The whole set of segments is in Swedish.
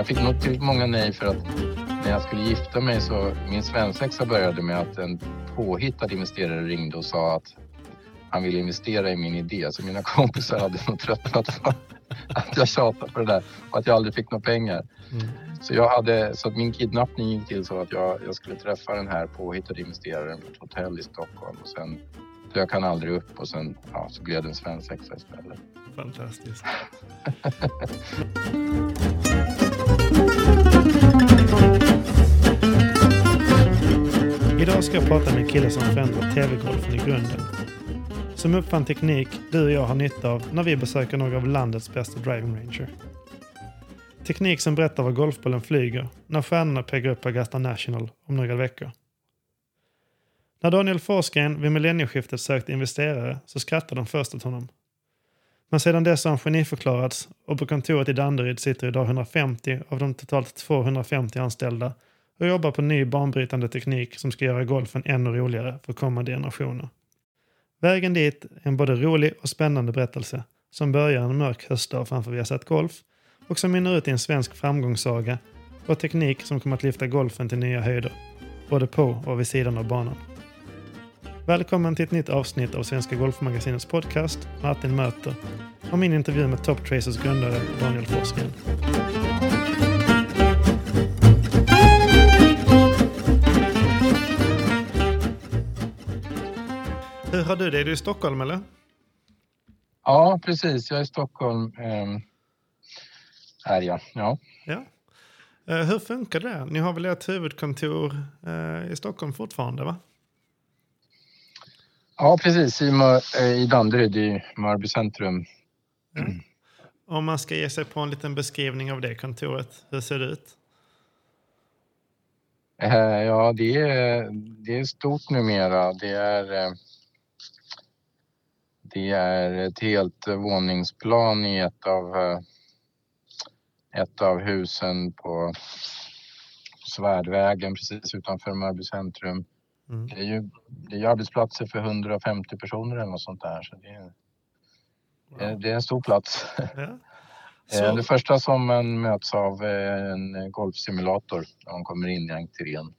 fick nog till många nej för att när jag skulle gifta mig så min svensexa började med att en påhittad investerare ringde och sa att han ville investera i min idé. Så mina kompisar hade nog tröttnat på att jag tjatade på det där och att jag aldrig fick några pengar. Så att min kidnappning gick till så att jag skulle träffa den här påhittade investeraren på ett hotell i Stockholm och sen så jag kan aldrig upp och sen så blev det en svensexa istället. Fantastiskt. Idag ska jag prata med en kille som förändrar tv-golfen i grunden. Som uppfann teknik du och jag har nytta av när vi besöker några av landets bästa driving ranger. Teknik som berättar var golfbollen flyger när stjärnorna peggar upp Augusta National om några veckor. När Daniel Forsgren vid millennieskiftet sökte investerare så skrattade de först åt honom. Men sedan dess har han geniförklarats och på kontoret i Danderyd sitter idag 150 av de totalt 250 anställda och jobbar på ny banbrytande teknik som ska göra golfen ännu roligare för kommande generationer. Vägen dit är en både rolig och spännande berättelse som börjar en mörk höstdag framför Viasat Golf och som minner ut i en svensk framgångssaga och teknik som kommer att lyfta golfen till nya höjder, både på och vid sidan av banan. Välkommen till ett nytt avsnitt av Svenska Golfmagasinets podcast Martin möter och min intervju med Top Tracers grundare Daniel Forsgren. Hur har du det? Är du i Stockholm eller? Ja, precis. Jag är i Stockholm. Här ja. Hur funkar det? Ni har väl ert huvudkontor i Stockholm fortfarande, va? Ja, precis. I Danderyd i Mörby centrum. Om man ska ge sig på en liten beskrivning av det kontoret, hur ser det ut? Ja, det är stort numera. Det är ett helt våningsplan i ett av husen på Svärdvägen precis utanför Mörby centrum. Det är arbetsplatser för 150 personer eller något sånt där. Så det är en stor plats. Ja. Det första som man möts av är en golfsimulator när man kommer in i entrén.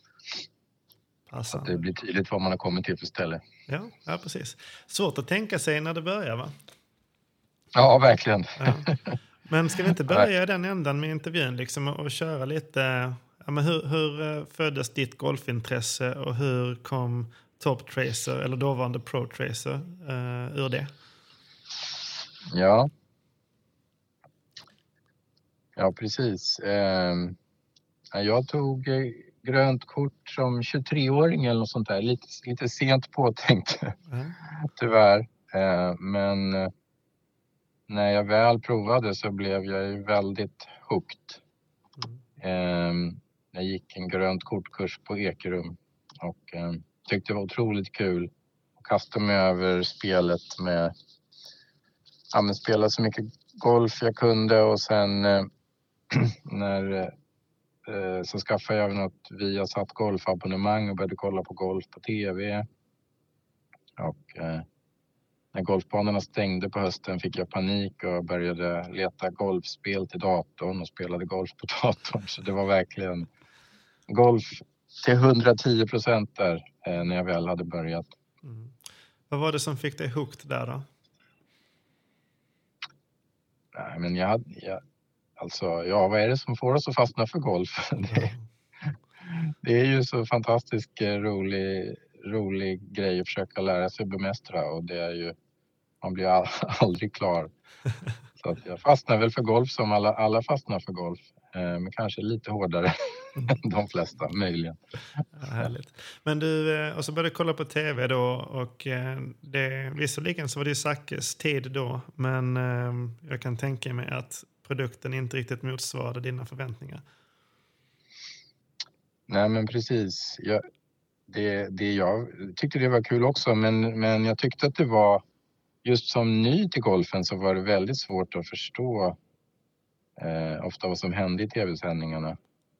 Så att det blir tydligt vad man har kommit till för ställe. Ja, precis. Svårt att tänka sig när det börjar, va? Ja, verkligen. Ja. Men ska vi inte börja den ändan med intervjun liksom, och köra lite... Ja, men hur föddes ditt golfintresse och hur kom Top Tracer eller dåvarande Pro Tracer ur det? Ja, precis. Jag tog grönt kort som 23-åring eller något sånt där. Lite sent påtänkt, tyvärr. Men när jag väl provade så blev jag ju väldigt hooked. Jag gick en grönt kortkurs på Ekerum och tyckte det var otroligt kul att kasta mig över spelet med spela så mycket golf jag kunde och sen så skaffade jag något Viasat golfabonnemang och började kolla på golf på tv. Och när golfbanorna stängde på hösten fick jag panik och började leta golfspel till datorn och spelade golf på datorn. Så det var verkligen golf till 110% där när jag väl hade börjat. Vad var det som fick dig hooked där då? Nej, men vad är det som får oss att fastna för golf? Det är ju så fantastiskt rolig grej att försöka lära sig bemästra och det är ju, man blir aldrig klar. Så att jag fastnar väl för golf som alla fastnar för golf. Men kanske lite hårdare än de flesta, möjligen. Ja, härligt. Men du, och så började du kolla på tv då och visserligen så var det Sackes tid då, men jag kan tänka mig att produkten inte riktigt motsvarade dina förväntningar. Nej, men precis. Jag tyckte det var kul också, men jag tyckte att det var, just som ny till golfen så var det väldigt svårt att förstå ofta vad som hände i tv-sändningarna.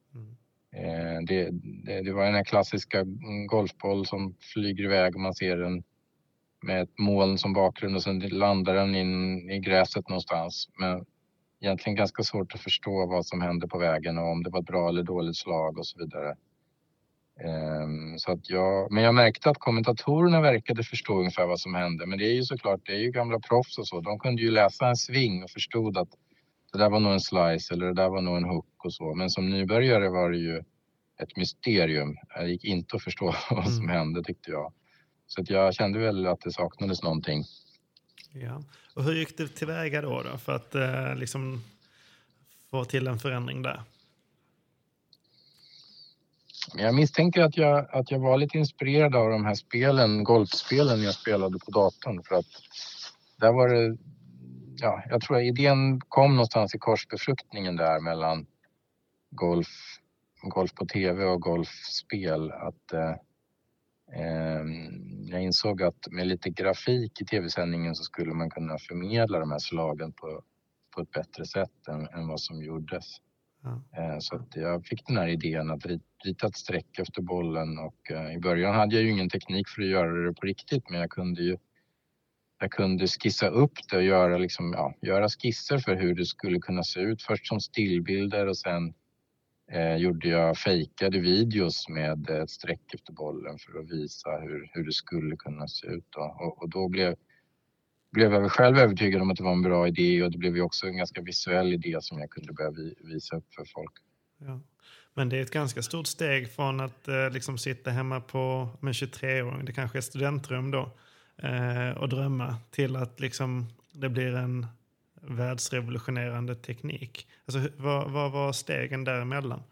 Det var den här klassiska golfboll som flyger iväg och man ser den med ett moln som bakgrund och sen landar den in i gräset någonstans. Men egentligen ganska svårt att förstå vad som hände på vägen och om det var ett bra eller dåligt slag och så vidare. Så att men jag märkte att kommentatorerna verkade förstå ungefär vad som hände. Men det är ju såklart, det är ju gamla proffs och så. De kunde ju läsa en sving och förstod att det där var nog en slice eller det där var nog en hook och så. Men som nybörjare var det ju ett mysterium. Det gick inte att förstå vad som hände, tyckte jag. Så att jag kände väl att det saknades någonting. Ja. Och hur gick det tillväga då för att liksom få till en förändring där? Jag misstänker att jag var lite inspirerad av de här spelen, golfspelen jag spelade på datorn. För att där var det, jag tror att idén kom någonstans i korsbefruktningen där mellan golf på tv och golfspel. Att jag insåg att med lite grafik i tv-sändningen så skulle man kunna förmedla de här slagen på ett bättre sätt än vad som gjordes. Ja. Så att jag fick den här idén att rita ett streck efter bollen och i början hade jag ju ingen teknik för att göra det på riktigt, men jag kunde skissa upp det och göra skisser för hur det skulle kunna se ut. Först som stillbilder och sen gjorde jag fejkade videos med ett streck efter bollen för att visa hur det skulle kunna se ut då. Och då blev jag själv övertygad om att det var en bra idé och det blev ju också en ganska visuell idé som jag kunde börja visa upp för folk. Ja. Men det är ett ganska stort steg från att liksom sitta hemma på med 23-åring, det kanske är studentrum då, och drömma till att liksom det blir en världsrevolutionerande teknik. Alltså, vad var stegen däremellan?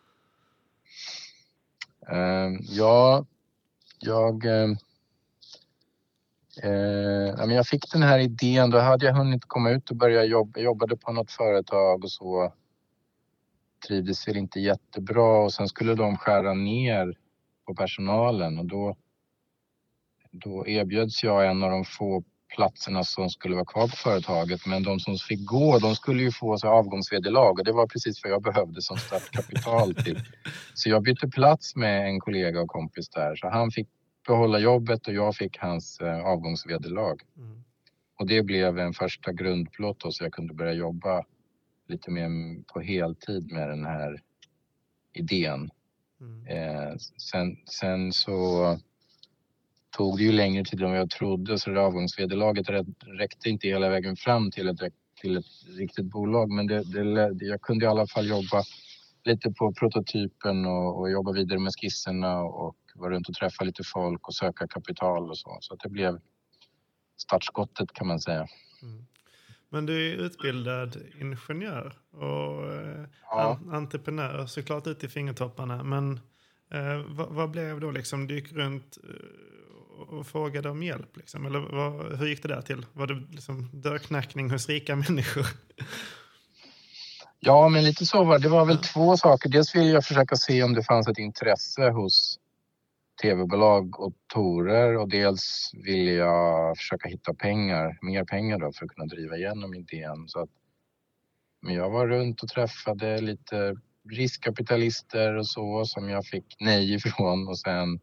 Jag fick den här idén, då hade jag hunnit komma ut och börja jobba. Jag jobbade på något företag och så trivdes väl inte jättebra och sen skulle de skära ner på personalen och då erbjöds jag en av de få platserna som skulle vara kvar på företaget, men de som fick gå, de skulle ju få så avgångsvederlag och det var precis vad jag behövde som startkapital till. Så jag bytte plats med en kollega och kompis där, så han fick behålla jobbet och jag fick hans avgångsvederlag. Och det blev en första grundplåt då, så jag kunde börja jobba lite mer på heltid med den här idén. Sen så tog det ju längre tid än vad jag trodde, så det avgångsvederlaget räckte inte hela vägen fram till ett riktigt bolag. Men jag kunde i alla fall jobba lite på prototypen och jobba vidare med skisserna och vara runt och träffa lite folk och söka kapital och så. Så att det blev startskottet, kan man säga. Men du är utbildad ingenjör och entreprenör, såklart ut i fingertopparna. Men vad blev då liksom? Du gick runt och frågade om hjälp liksom? Eller hur gick det där till? Var det liksom dörrknackning hos rika människor? Ja, men lite så var det. Det var väl två saker. Dels ville jag försöka se om det fanns ett intresse hos tv-bolag och torer, och dels ville jag försöka hitta mer pengar då för att kunna driva igenom idén. Men jag var runt och träffade lite riskkapitalister och så som jag fick nej ifrån och sen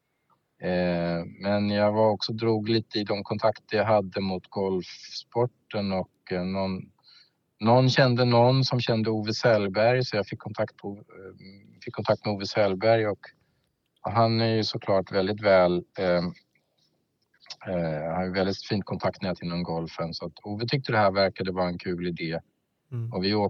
men jag var också drog lite i de kontakter jag hade mot golfsporten och någon kände någon som kände Ove Sellberg, så jag fick kontakt med Ove Sellberg och han är ju såklart väldigt väl har ju väldigt fint kontaktnät inom golfen, så att Ove tyckte det här verkade vara en kul idé. Och vi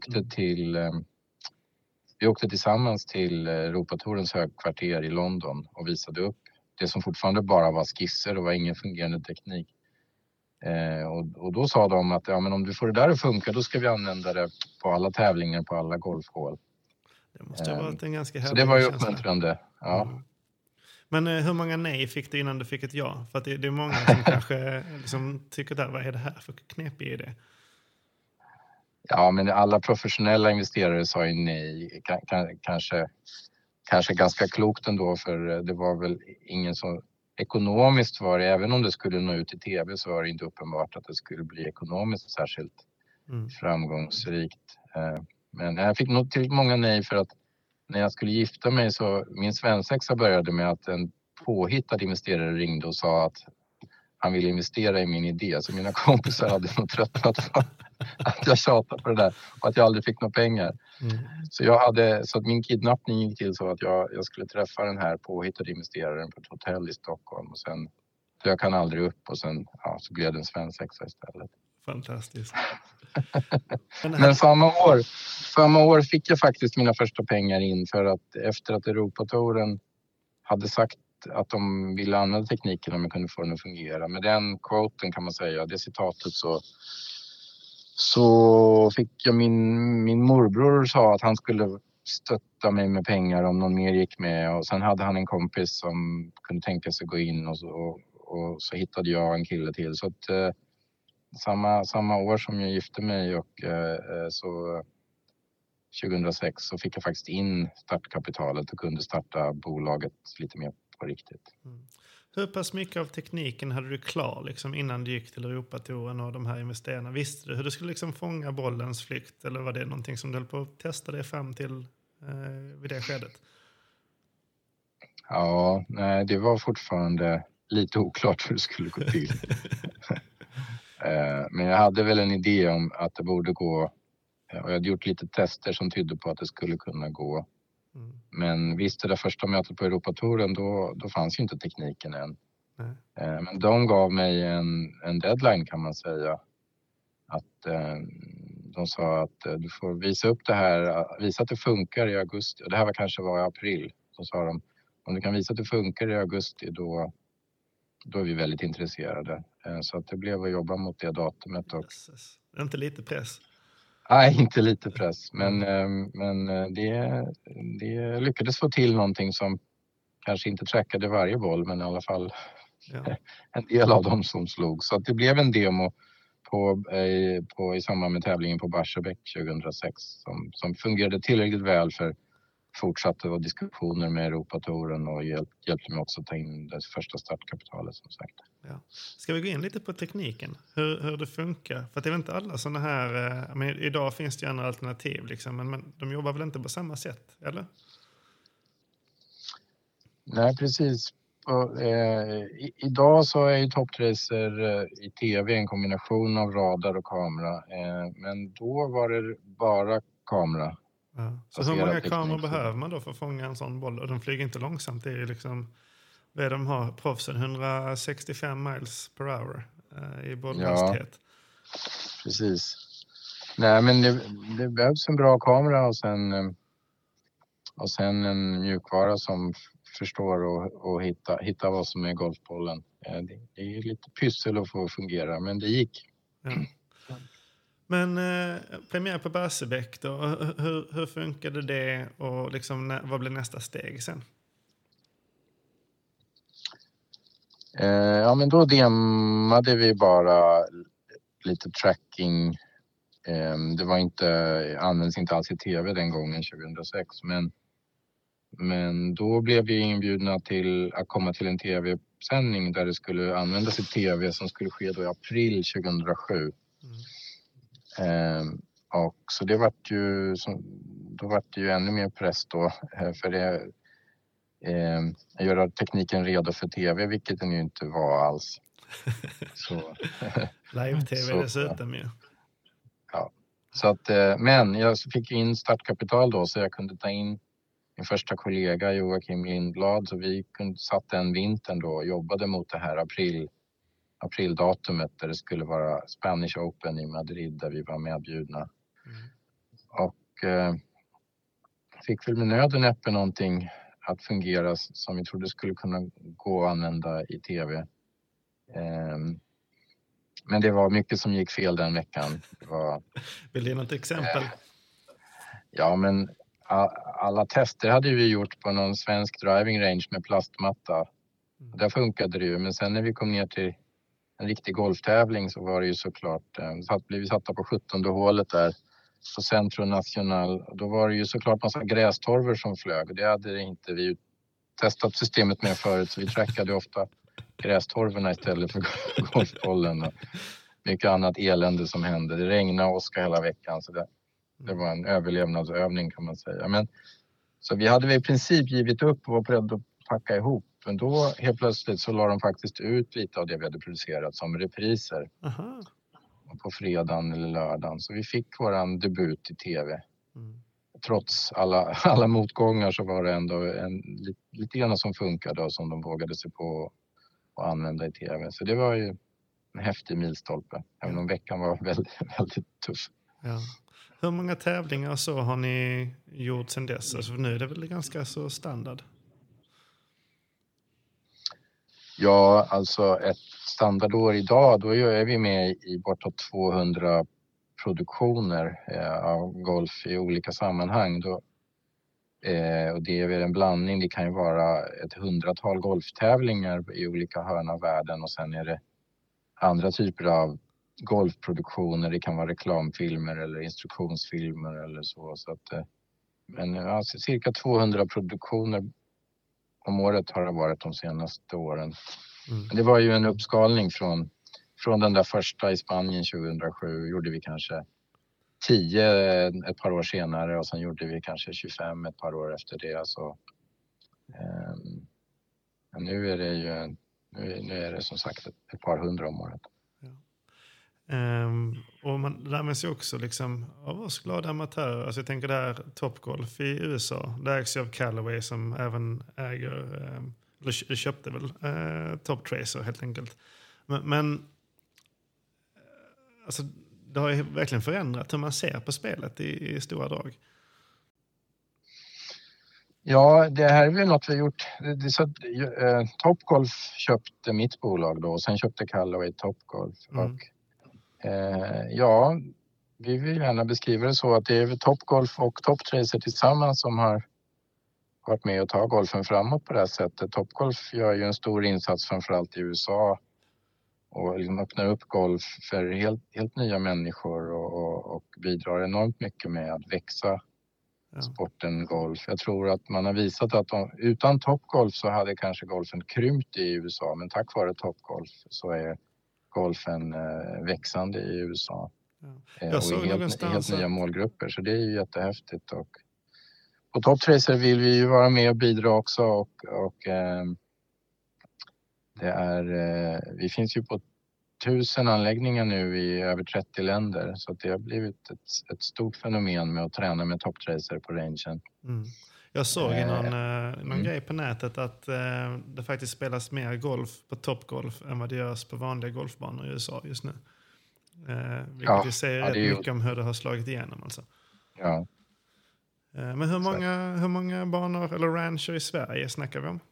åkte tillsammans till Europatorens högkvarter i London och visade upp det som fortfarande bara var skisser och var ingen fungerande teknik. Och då sa de att men om du får det där att funka, då ska vi använda det på alla tävlingar, på alla golfhål. Det måste ha varit en ganska härlig så det var ju känsla. uppmuntrande. Ja. Men hur många nej fick du innan du fick ett ja? För att det är många som kanske liksom tycker där, vad är det här för knepig idé? Ja, men alla professionella investerare sa ju nej. Kanske ganska klokt ändå, för det var väl ingen som ekonomiskt var det, även om det skulle nå ut i tv, så var det inte uppenbart att det skulle bli ekonomiskt särskilt framgångsrikt. Men jag fick nog till många nej för att när jag skulle gifta mig så min svensexa började med att en påhittad investerare ringde och sa att han ville investera i min idé. Så mina kompisar hade nog tröttnat på att jag tjatade på det där och att jag aldrig fick några pengar. Så att min kidnappning gick till så att jag skulle träffa den här påhittade investeraren på ett hotell i Stockholm och sen så jag kan aldrig upp och sen så blev det en svensexa istället. Fantastiskt. Men samma år fick jag faktiskt mina första pengar in för att efter att Europatouren hade sagt att de ville använda tekniken om jag kunde få den att fungera. Med den quoten kan man säga, det citatet så fick jag min morbror sa att han skulle stötta mig med pengar om någon mer gick med och sen hade han en kompis som kunde tänka sig gå in och så hittade jag en kille till så att samma år som jag gifte mig och så 2006 så fick jag faktiskt in startkapitalet och kunde starta bolaget lite mer på riktigt. Hur pass mycket av tekniken hade du klar liksom, innan du gick till Europatouren och de här investerarna? Visste du hur du skulle liksom fånga bollens flykt eller var det någonting som du höll på att testa dig fram till vid det skedet? Ja, nej, det var fortfarande lite oklart hur det skulle gå till. Men jag hade väl en idé om att det borde gå och jag hade gjort lite tester som tydde på att det skulle kunna gå. Men visst, det där första mötet på Europatouren då fanns ju inte tekniken än. Men de gav mig en deadline kan man säga. Att de sa att du får visa upp det här, visa att det funkar i augusti. Och det här kanske var i april. Så sa de, om du kan visa att det funkar i augusti då är vi väldigt intresserade. Så att det blev att jobba mot det datumet. Och... Det är inte lite press? Nej, inte lite press. Men det lyckades få till någonting som kanske inte trackade varje boll, men i alla fall en del av dem som slog. Så att det blev en demo i samband med tävlingen på Barsebäck 2006 som fungerade tillräckligt väl för fortsatta diskussioner med Europatouren och hjälpte mig också att ta in det första startkapitalet som sagt. Ja. Ska vi gå in lite på tekniken? Hur det funkar? För att det är väl inte alla sådana här... Men idag finns det ju andra alternativ liksom, men de jobbar väl inte på samma sätt, eller? Nej, precis. Idag så är ju toptracer i tv en kombination av radar och kamera. Men då var det bara kamera. Ja. Så hur många kameror behöver man då för att fånga en sån boll? Och de flyger inte långsamt. Det är ju liksom, vad är de har proffsen? 165 miles per hour i bollhastighet. Ja, precis. Nej, men det behövs en bra kamera och sen en mjukvara som förstår och hitta vad som är golfbollen. Det är lite pyssel att få fungera, men det gick. Ja. Men premiär på Barsebäck då, hur funkade det och liksom, vad blev nästa steg sen? Ja, men då demade vi bara lite tracking. Det var används inte alls i tv den gången 2006, men då blev vi inbjudna till att komma till en tv-sändning där det skulle användas i tv som skulle ske då i april 2007. Och så det var ju ännu mer press då för det göra tekniken redo för tv, vilket den ju inte var alls. Live-tv dessutom ju. Ja. Så att, men jag fick in startkapital då så jag kunde ta in min första kollega Joakim Lindblad så vi satt den vintern då och jobbade mot det här aprildatumet där det skulle vara Spanish Open i Madrid där vi var medbjudna. Och fick väl med nöd och näppe någonting att fungera som vi trodde skulle kunna gå att använda i tv. Men det var mycket som gick fel den veckan. Vill du ge något exempel? Ja, men alla tester hade vi gjort på någon svensk driving range med plastmatta. Där funkade det ju, men sen när vi kom ner till en riktig golftävling så var det ju såklart, blev vi satta på 17:e hålet där på Centro Nacional. Då var det ju såklart massa grästorver som flög och det hade inte vi testat systemet med förut så vi trackade ofta grästorverna istället för golfbollen och mycket annat elände som hände. Det regnade och åskade hela veckan så det var en överlevnadsövning kan man säga. Men, så vi hade väl i princip givit upp och var beredda att packa ihop Men då helt plötsligt så la de faktiskt ut lite av det vi hade producerat som repriser. Aha. På fredagen eller lördagen. Så vi fick våran debut i tv. Mm. Trots alla motgångar så var det ändå lite grann som funkade och som de vågade sig på att använda i tv. Så det var ju en häftig milstolpe. Även om veckan var väldigt, väldigt tuff. Ja. Hur många tävlingar så har ni gjort sedan dess? Alltså nu är det väl ganska så standard? Ja, alltså ett standardår idag, då är vi med i bortåt 200 produktioner av golf i olika sammanhang. Och det är väl en blandning, det kan ju vara ett 100-tal golftävlingar i olika hörn av världen och sen är det andra typer av golfproduktioner. Det kan vara reklamfilmer eller instruktionsfilmer eller så. Så att, men alltså, cirka 200 produktioner om året har det varit de senaste åren. Mm. Det var ju en uppskalning från den där första i Spanien 2007. Gjorde vi kanske 10 ett par år senare och sen gjorde vi kanske 25 ett par år efter det. Så, nu är det ju nu är det som sagt ett par hundra om året. Ja. Och man lär med sig också liksom, av oss glada amatörer. Alltså jag tänker där Topgolf i USA. Det ägs ju av Callaway som även äger, eller köpte väl Top Tracer helt enkelt. Men alltså, det har ju verkligen förändrat hur man ser på spelet i stora drag. Ja, det här är väl något vi har gjort. Topgolf köpte mitt bolag då och sen köpte Callaway Topgolf. Och ja, vi vill gärna beskriva det så att det är Topgolf och Top Tracer tillsammans som har varit med och ta golfen framåt på det här sättet. Topgolf gör ju en stor insats framförallt i USA och liksom öppnar upp golf för helt nya människor och bidrar enormt mycket med att växa sporten golf. Jag tror att man har visat att utan Topgolf så hade kanske golfen krympt i USA, men tack vare Topgolf så är golfen växande i USA. Ja. Och helt nya målgrupper, så det är ju jättehäftigt. Och på Top Tracer vill vi ju vara med och bidra också och vi finns ju på 1000 anläggningar nu i över 30 länder så att det har blivit ett stort fenomen med att träna med Top Tracer på rangen. Mm. Jag såg i någon grej på nätet att det faktiskt spelas mer golf på Topgolf än vad det görs på vanliga golfbanor i USA just nu. Vilket ju säger rätt mycket om hur det har slagit igenom alltså. Ja. Men hur många banor eller rancher i Sverige snackar vi om?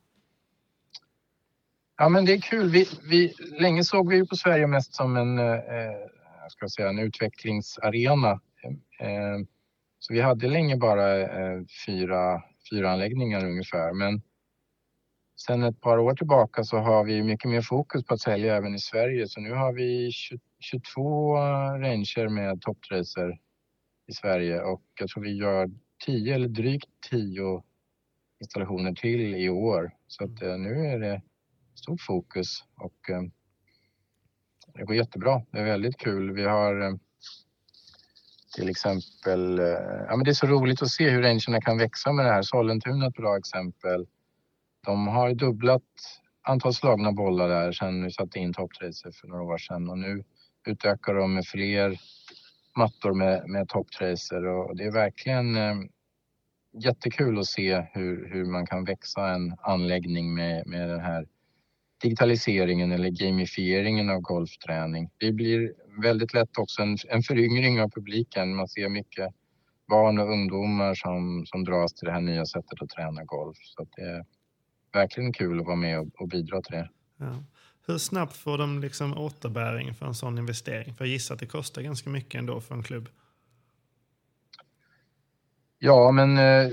Ja, men det är kul. Länge såg vi ju på Sverige mest som en utvecklingsarena. Så vi hade länge bara fyra anläggningar ungefär. Men sen ett par år tillbaka så har vi mycket mer fokus på att sälja även i Sverige. Så nu har vi 22 ranger med Top Tracer i Sverige. Och jag tror vi gör 10 eller drygt 10 installationer till i år. Så att nu är det stort fokus och det går jättebra. Det är väldigt kul. Vi har till exempel, men det är så roligt att se hur rangerna kan växa med det här. Sollentuna är ett bra exempel. De har dubblat antal slagna bollar där sedan vi satte in Top Tracer för några år sedan och nu utökar de med fler mattor med Top Tracer och det är verkligen jättekul att se hur man kan växa en anläggning med den här digitaliseringen eller gamifieringen av golfträning. Det blir väldigt lätt också en föryngring av publiken. Man ser mycket barn och ungdomar som dras till det här nya sättet att träna golf. Så att det är verkligen kul att vara med och bidra till det. Ja. Hur snabbt får de liksom återbäring för en sån investering? För jag gissar att det kostar ganska mycket ändå för en klubb. Ja, men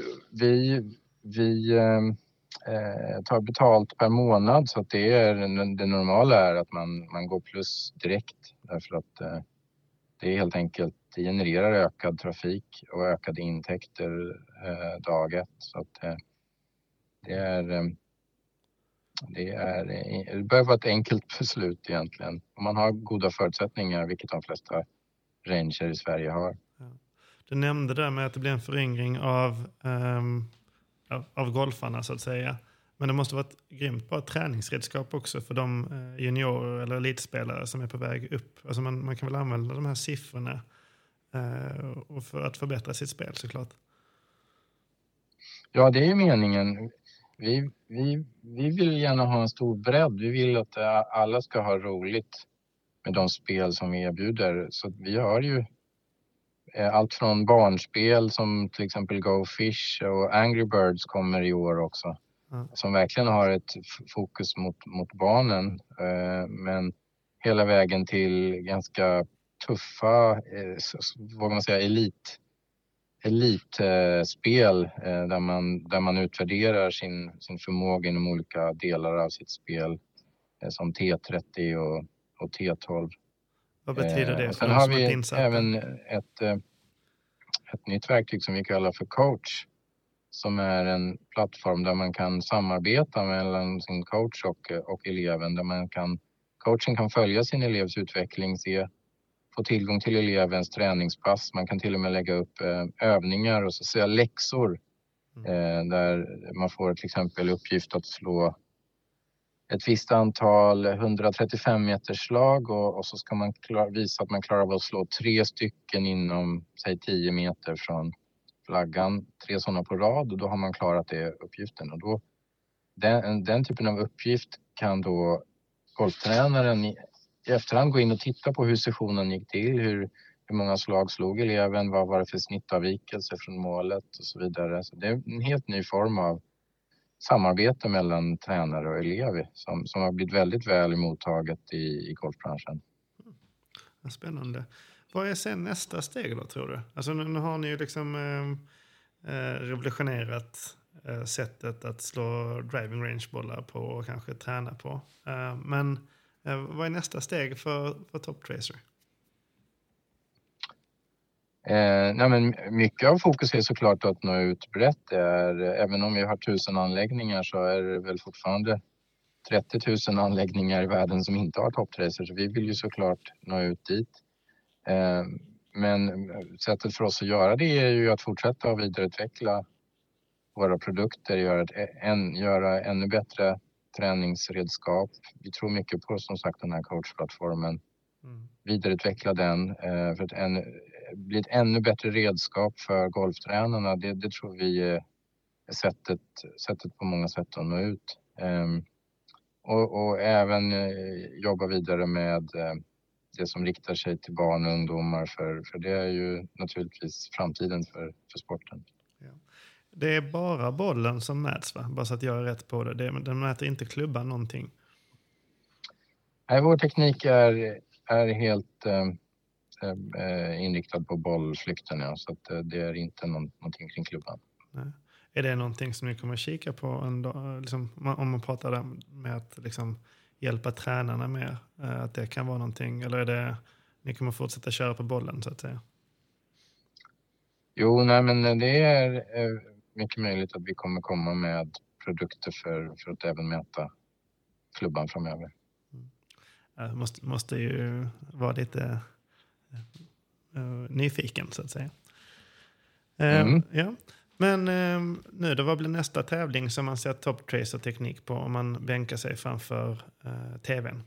vi tar betalt per månad så att det normala är att man går plus direkt därför att det är helt enkelt, det genererar ökad trafik och ökade intäkter dag ett så att det behöver vara ett enkelt beslut egentligen. Om man har goda förutsättningar, vilket de flesta ranger i Sverige har. Ja. Du nämnde det med att det blir en föryngring av golfarna så att säga. Men det måste vara ett grymt bra träningsredskap också för de juniorer eller elitspelare som är på väg upp. Alltså man kan väl använda de här siffrorna och för att förbättra sitt spel såklart. Ja, det är ju meningen. Vi vill gärna ha en stor bredd. Vi vill att alla ska ha roligt med de spel som vi erbjuder. Så vi har ju allt från barnspel som till exempel Go Fish och Angry Birds kommer i år också. Som verkligen har ett fokus mot barnen. Men hela vägen till ganska tuffa, vad man säga, elitspel där man utvärderar sin förmåga inom olika delar av sitt spel. Som T30 och T12. Vad betyder det? Sen har vi även ett nytt verktyg som vi kallar för Coach. Som är en plattform där man kan samarbeta mellan sin coach och eleven. Där coachen kan följa sin elevs utveckling, få tillgång till elevens träningspass. Man kan till och med lägga upp övningar och så säga läxor. Där man får till exempel uppgift att slå ett visst antal 135 meters slag och så ska man visa att man klarar av att slå 3 stycken inom, säg 10 meter från flaggan. 3 sådana på rad och då har man klarat det uppgiften. Och då, den typen av uppgift kan då golftränaren i efterhand gå in och titta på hur sessionen gick till, hur många slag slog eleven, vad var det för snittavvikelse från målet och så vidare. Så det är en helt ny form av samarbete mellan tränare och elever som har blivit väldigt väl mottaget i golfbranschen. Spännande. Vad är sen nästa steg då, tror du? Alltså nu har ni ju liksom revolutionerat sättet att slå driving range-bollar på och kanske träna på. Men vad är nästa steg för Top Tracer? Nej, men mycket av fokus är såklart att nå ut brett. Även om vi har 1000 anläggningar så är det väl fortfarande 30 000 anläggningar i världen som inte har Top Tracer. Så vi vill ju såklart nå ut dit. Men sättet för oss att göra det är ju att fortsätta att vidareutveckla våra produkter, göra ännu bättre träningsredskap. Vi tror mycket på, som sagt, den här coachplattformen. Vidareutveckla den för att bli ett ännu bättre redskap för golftränarna. Det tror vi är sättet på många sätt att nå ut. Och även jobba vidare med det som riktar sig till barn och ungdomar. För det är ju naturligtvis framtiden för sporten. Ja. Det är bara bollen som mäts, va? Bara så att jag är rätt på det. Den mäter inte klubban någonting. Nej, vår teknik är helt inriktad på bollflykten. Ja, så att det är inte någonting kring klubban. Nej. Är det någonting som ni kommer kika på liksom, om man pratar med att liksom, hjälpa tränarna med? Att det kan vara någonting? Eller är det ni kommer fortsätta köra på bollen, så att säga? Jo, nej, men det är mycket möjligt att vi kommer komma med produkter för att även mäta klubban framöver. Måste ju vara lite nyfiken, så att säga. Ja. Men nu då, vad blir nästa tävling som man ser Top Tracer-teknik på om man bänkar sig framför tvn?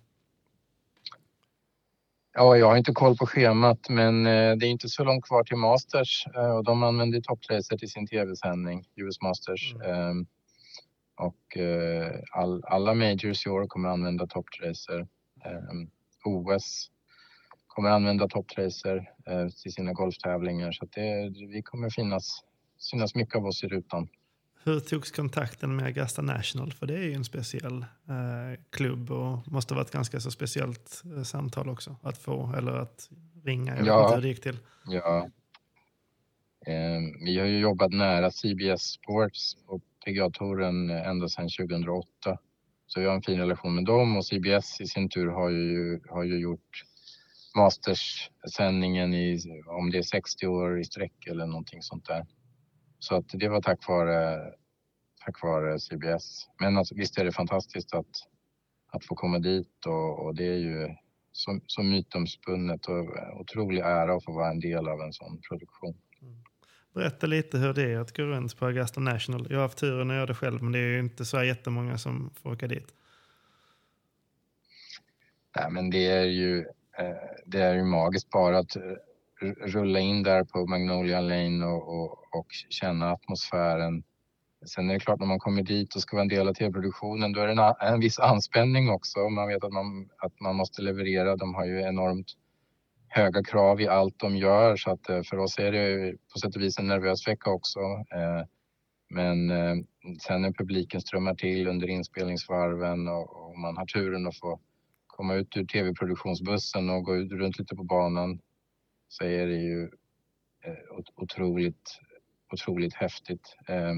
Ja, jag har inte koll på schemat, men det är inte så långt kvar till Masters. Och de använder Top Tracer till sin tv-sändning, US Masters. Och alla majors i år kommer använda Top Tracer. OS kommer använda Top Tracer till sina golftävlingar. Så att vi kommer synas mycket av oss i rutan. Hur togs kontakten med Augusta National? För det är ju en speciell klubb och måste vara ett ganska så speciellt samtal också. Att få eller att ringa. Jag vet inte hur det gick till. Ja. Vi har ju jobbat nära CBS Sports och PGA-touren ända sedan 2008. Så vi har en fin relation med dem och CBS i sin tur har ju gjort Masters-sändningen i, om det är 60 år i sträck eller någonting sånt där. Så att det var tack vare CBS. Men alltså, visst är det fantastiskt att få komma dit och det är ju så mytomspunnet och otrolig ära att få vara en del av en sån produktion. Berätta lite hur det är att gå runt på Augusta National. Jag har haft turen att göra det själv, men det är inte så jättemånga som får åka dit. Nej, men det är ju magiskt bara att rulla in där på Magnolia Lane och känna atmosfären. Sen är det klart, när man kommer dit och ska vara en del av tv-produktionen, då är det en viss anspänning också. Man vet att man måste leverera. De har ju enormt höga krav i allt de gör, så att för oss är det på sätt och vis en nervös vecka också. Men sen när publiken strömmar till under inspelningsvarven och man har turen att få komma ut ur tv-produktionsbussen och gå ut runt lite på banan, så är det ju otroligt häftigt.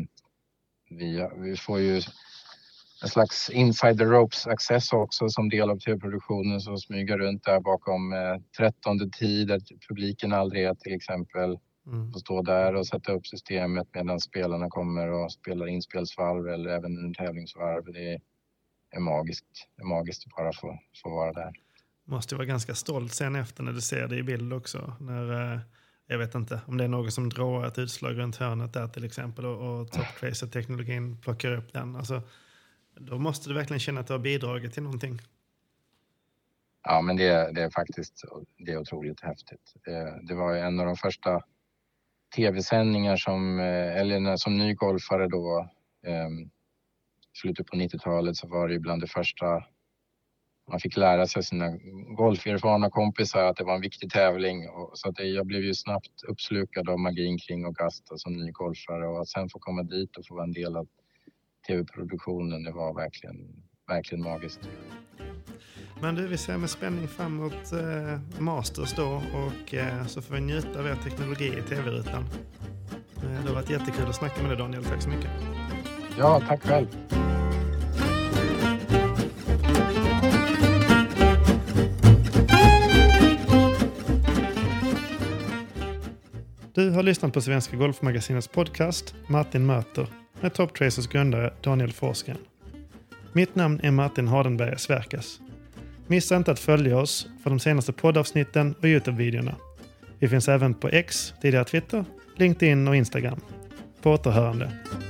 Vi får ju en slags inside the ropes access också som del av tv-produktionen, så smyga runt där bakom 13:e tid där publiken aldrig är till exempel. Och stå där och sätta upp systemet medan spelarna kommer och spelar inspelsvarv eller även en tävlingsvarv. Det är magiskt att bara få vara där. Måste vara ganska stolt sen efter när du ser det i bild också. När, jag vet inte om det är någon som drar ett utslag runt hörnet där till exempel och Top Tracer-teknologin plockar upp den. Alltså, då måste du verkligen känna att du har bidragit till någonting. Ja, men det är faktiskt det är otroligt häftigt. Det var en av de första tv-sändningar som ny golfare då, slutet på 90-talet, så var det ju bland det första man fick lära sig sina golferfarna kompisar att det var en viktig tävling. Så att jag blev ju snabbt uppslukad av magin kring Augusta som ny golfare, och att sen få komma dit och få vara en del av tv-produktionen, det var verkligen magiskt. Men du, vi ser med spänning fram emot Masters då, och så får vi njuta av er teknologi i tv-rutan. Det har varit jättekul att snacka med dig, Daniel. Tack så mycket. Ja, tack själv. Du har lyssnat på Svenska Golfmagasinets podcast Martin möter med Top Tracers grundare Daniel Forsgren. Mitt namn är Martin Hardenberg Sverkas. Missa inte att följa oss för de senaste poddavsnitten och YouTube-videorna. Vi finns även på X, tidigare Twitter, LinkedIn och Instagram. På återhörande.